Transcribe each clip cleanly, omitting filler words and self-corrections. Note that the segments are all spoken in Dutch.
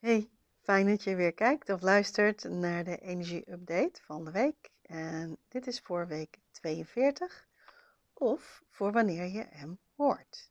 Hey, fijn dat je weer kijkt of luistert naar de energie-update van de week. En dit is voor week 42 of voor wanneer je hem hoort.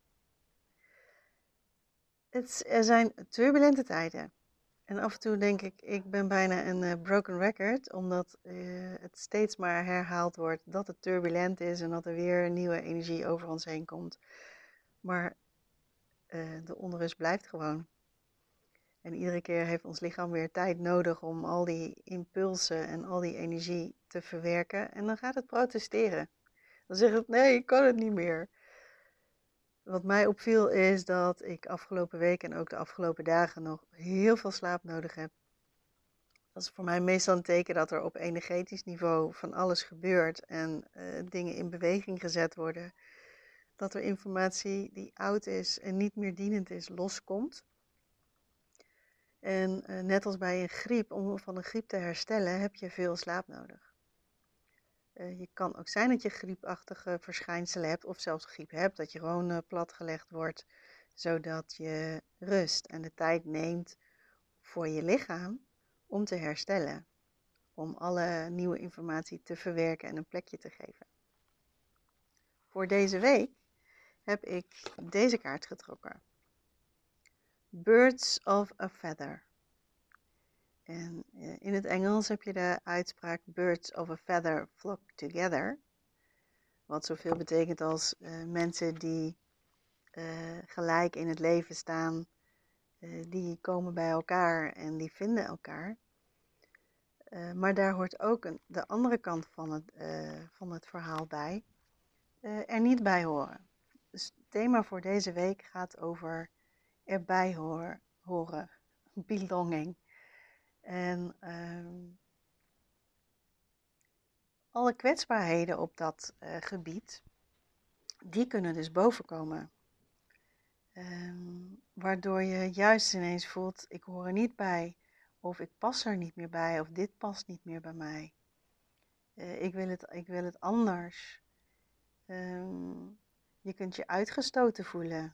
Er zijn turbulente tijden. En af en toe denk ik ben bijna een broken record, omdat het steeds maar herhaald wordt dat het turbulent is en dat er weer nieuwe energie over ons heen komt. Maar de onrust blijft gewoon. En iedere keer heeft ons lichaam weer tijd nodig om al die impulsen en al die energie te verwerken. En dan gaat het protesteren. Dan zegt het, nee, ik kan het niet meer. Wat mij opviel is dat ik afgelopen week en ook de afgelopen dagen nog heel veel slaap nodig heb. Dat is voor mij meestal een teken dat er op energetisch niveau van alles gebeurt en dingen in beweging gezet worden. Dat er informatie die oud is en niet meer dienend is, loskomt. En net als bij een griep, om van een griep te herstellen, heb je veel slaap nodig. Je kan ook zijn dat je griepachtige verschijnselen hebt, of zelfs griep hebt, dat je gewoon platgelegd wordt, zodat je rust en de tijd neemt voor je lichaam om te herstellen. Om alle nieuwe informatie te verwerken en een plekje te geven. Voor deze week heb ik deze kaart getrokken. Birds of a Feather. En in het Engels heb je de uitspraak birds of a feather flock together. Wat zoveel betekent als mensen die gelijk in het leven staan, die komen bij elkaar en die vinden elkaar. Maar daar hoort ook de andere kant van het verhaal bij, er niet bij horen. Dus het thema voor deze week gaat over erbij horen, belonging. En alle kwetsbaarheden op dat gebied, die kunnen dus bovenkomen. Waardoor je juist ineens voelt, ik hoor er niet bij. Of ik pas er niet meer bij. Of dit past niet meer bij mij. Ik wil het anders. Je kunt je uitgestoten voelen.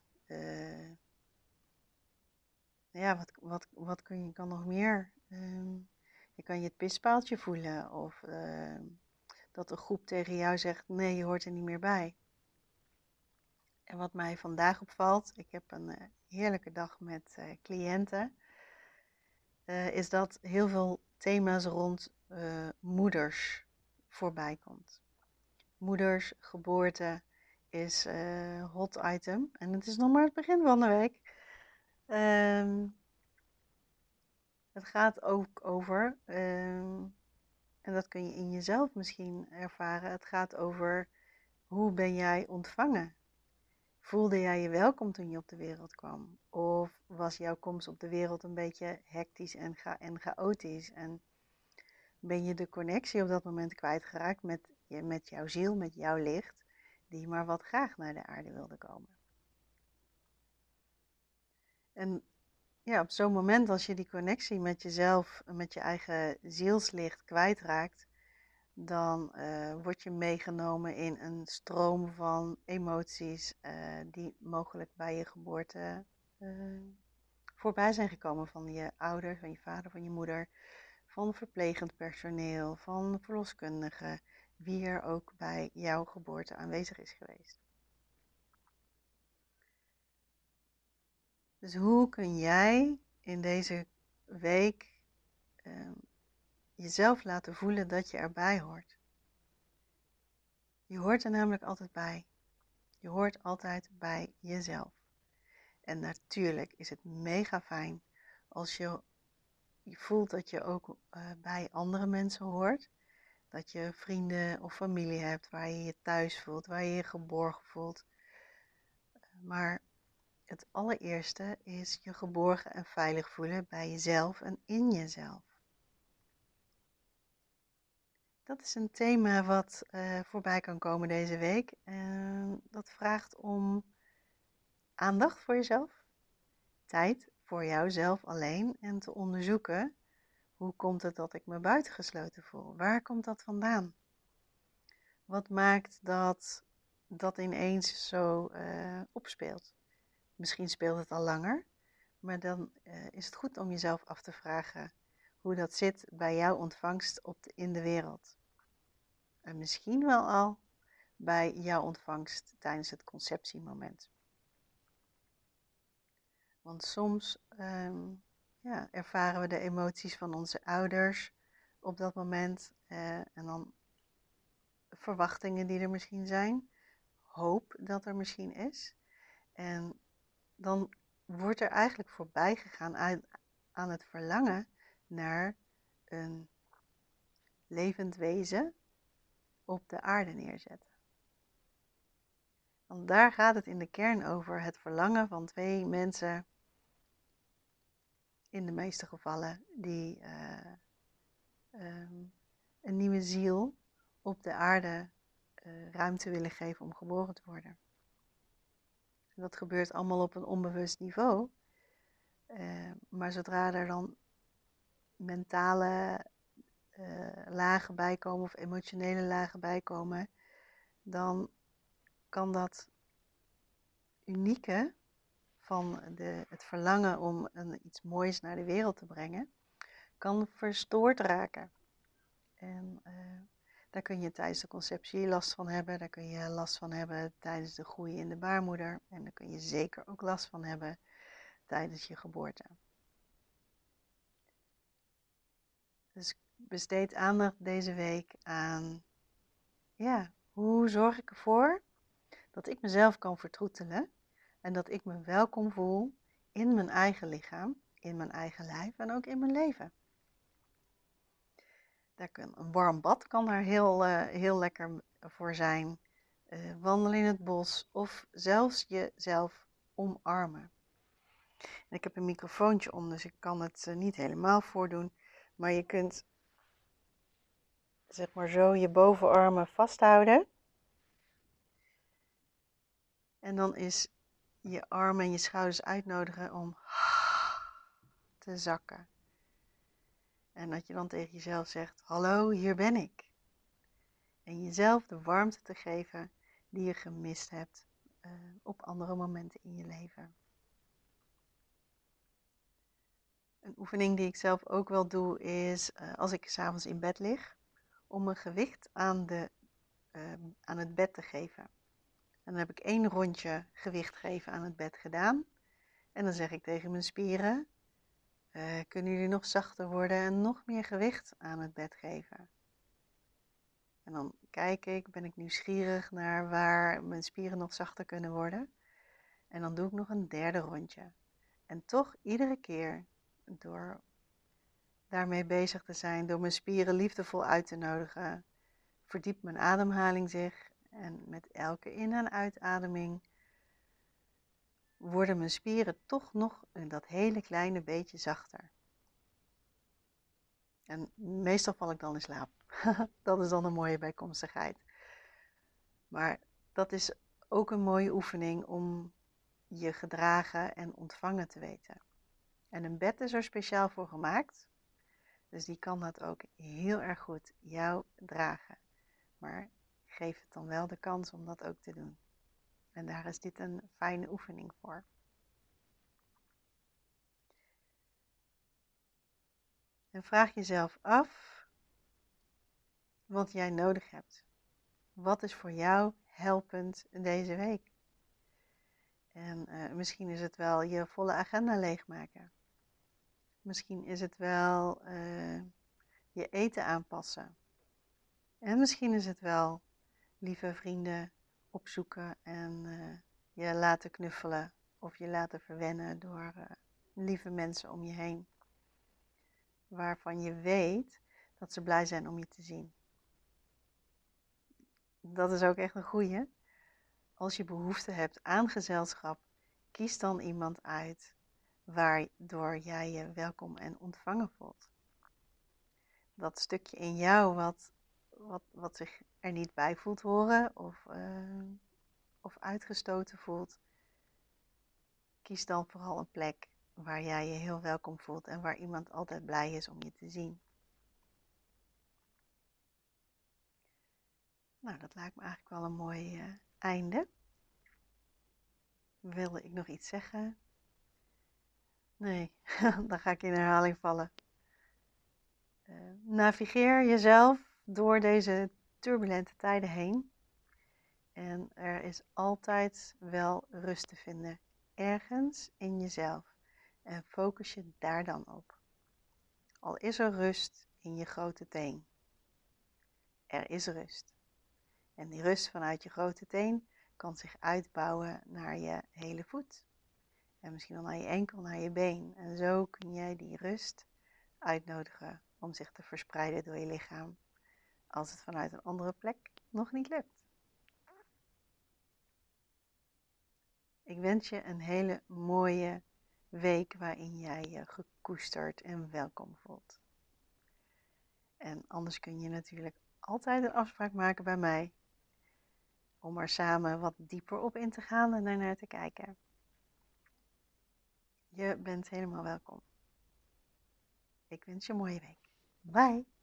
Ja, wat kan nog meer? Je kan je het pispaaltje voelen. Of dat een groep tegen jou zegt, nee, je hoort er niet meer bij. En wat mij vandaag opvalt, ik heb een heerlijke dag met cliënten, is dat heel veel thema's rond moeders voorbij komt. Moeders, geboorte is hot item en het is nog maar het begin van de week. Het gaat ook over, en dat kun je in jezelf misschien ervaren, het gaat over hoe ben jij ontvangen? Voelde jij je welkom toen je op de wereld kwam? Of was jouw komst op de wereld een beetje hectisch en chaotisch? En ben je de connectie op dat moment kwijtgeraakt met jouw ziel, met jouw licht, die maar wat graag naar de aarde wilde komen? En ja, op zo'n moment als je die connectie met jezelf, met je eigen zielslicht kwijtraakt, dan word je meegenomen in een stroom van emoties die mogelijk bij je geboorte voorbij zijn gekomen. Van je ouders, van je vader, van je moeder, van verplegend personeel, van verloskundigen, wie er ook bij jouw geboorte aanwezig is geweest. Dus hoe kun jij in deze week jezelf laten voelen dat je erbij hoort? Je hoort er namelijk altijd bij. Je hoort altijd bij jezelf. En natuurlijk is het mega fijn als je voelt dat je ook bij andere mensen hoort. Dat je vrienden of familie hebt waar je je thuis voelt, waar je je geborgen voelt. Maar het allereerste is je geborgen en veilig voelen bij jezelf en in jezelf. Dat is een thema wat voorbij kan komen deze week. Dat vraagt om aandacht voor jezelf, tijd voor jouzelf alleen en te onderzoeken, hoe komt het dat ik me buitengesloten voel? Waar komt dat vandaan? Wat maakt dat dat ineens zo opspeelt? Misschien speelt het al langer, Maar dan is het goed om jezelf af te vragen hoe dat zit bij jouw ontvangst in de wereld. En misschien wel al bij jouw ontvangst tijdens het conceptiemoment. Want soms ervaren we de emoties van onze ouders op dat moment. En dan verwachtingen die er misschien zijn. Hoop dat er misschien is. En dan wordt er eigenlijk voorbij gegaan aan het verlangen naar een levend wezen op de aarde neerzetten. Want daar gaat het in de kern over, het verlangen van twee mensen, in de meeste gevallen, die een nieuwe ziel op de aarde ruimte willen geven om geboren te worden. En dat gebeurt allemaal op een onbewust niveau. Maar zodra er dan mentale lagen bij komen of emotionele lagen bij komen, dan kan dat unieke van het verlangen om iets moois naar de wereld te brengen, kan verstoord raken. En daar kun je tijdens de conceptie last van hebben. Daar kun je last van hebben tijdens de groei in de baarmoeder. En daar kun je zeker ook last van hebben tijdens je geboorte. Dus besteed aandacht deze week aan, hoe zorg ik ervoor dat ik mezelf kan vertroetelen en dat ik me welkom voel in mijn eigen lichaam, in mijn eigen lijf en ook in mijn leven. Een warm bad kan daar heel lekker voor zijn. Wandelen in het bos of zelfs jezelf omarmen. En ik heb een microfoontje om, dus ik kan het niet helemaal voordoen. Maar je kunt zeg maar zo je bovenarmen vasthouden. En dan is je armen en je schouders uitnodigen om te zakken. En dat je dan tegen jezelf zegt, hallo, hier ben ik. En jezelf de warmte te geven die je gemist hebt op andere momenten in je leven. Een oefening die ik zelf ook wel doe is, als ik 's avonds in bed lig, om mijn gewicht aan het bed te geven. En dan heb ik 1 rondje gewicht geven aan het bed gedaan. En dan zeg ik tegen mijn spieren, kunnen jullie nog zachter worden en nog meer gewicht aan het bed geven? En dan ben ik nieuwsgierig naar waar mijn spieren nog zachter kunnen worden. En dan doe ik nog een 3e rondje. En toch iedere keer, door daarmee bezig te zijn, door mijn spieren liefdevol uit te nodigen, verdiept mijn ademhaling zich. En met elke in- en uitademing worden mijn spieren toch nog dat hele kleine beetje zachter. En meestal val ik dan in slaap. Dat is dan een mooie bijkomstigheid. Maar dat is ook een mooie oefening om je gedragen en ontvangen te weten. En een bed is er speciaal voor gemaakt. Dus die kan dat ook heel erg goed jou dragen. Maar geef het dan wel de kans om dat ook te doen. En daar is dit een fijne oefening voor. En vraag jezelf af wat jij nodig hebt. Wat is voor jou helpend deze week? En misschien is het wel je volle agenda leegmaken. Misschien is het wel je eten aanpassen. En misschien is het wel lieve vrienden opzoeken en je laten knuffelen of je laten verwennen door lieve mensen om je heen. Waarvan je weet dat ze blij zijn om je te zien. Dat is ook echt een goeie. Als je behoefte hebt aan gezelschap, kies dan iemand uit waardoor jij je welkom en ontvangen voelt. Dat stukje in jou wat zich er niet bij voelt horen of uitgestoten voelt, kies dan vooral een plek waar jij je heel welkom voelt en waar iemand altijd blij is om je te zien. Nou, dat lijkt me eigenlijk wel een mooi einde. Wilde ik nog iets zeggen? Nee, dan ga ik in herhaling vallen. Navigeer jezelf door deze turbulente tijden heen. En er is altijd wel rust te vinden, ergens in jezelf. En focus je daar dan op. Al is er rust in je grote teen. Er is rust. En die rust vanuit je grote teen kan zich uitbouwen naar je hele voet. En misschien wel naar je enkel, naar je been. En zo kun jij die rust uitnodigen om zich te verspreiden door je lichaam. Als het vanuit een andere plek nog niet lukt. Ik wens je een hele mooie week waarin jij je gekoesterd en welkom voelt. En anders kun je natuurlijk altijd een afspraak maken bij mij. Om er samen wat dieper op in te gaan en daarnaar te kijken. Je bent helemaal welkom. Ik wens je een mooie week. Bye!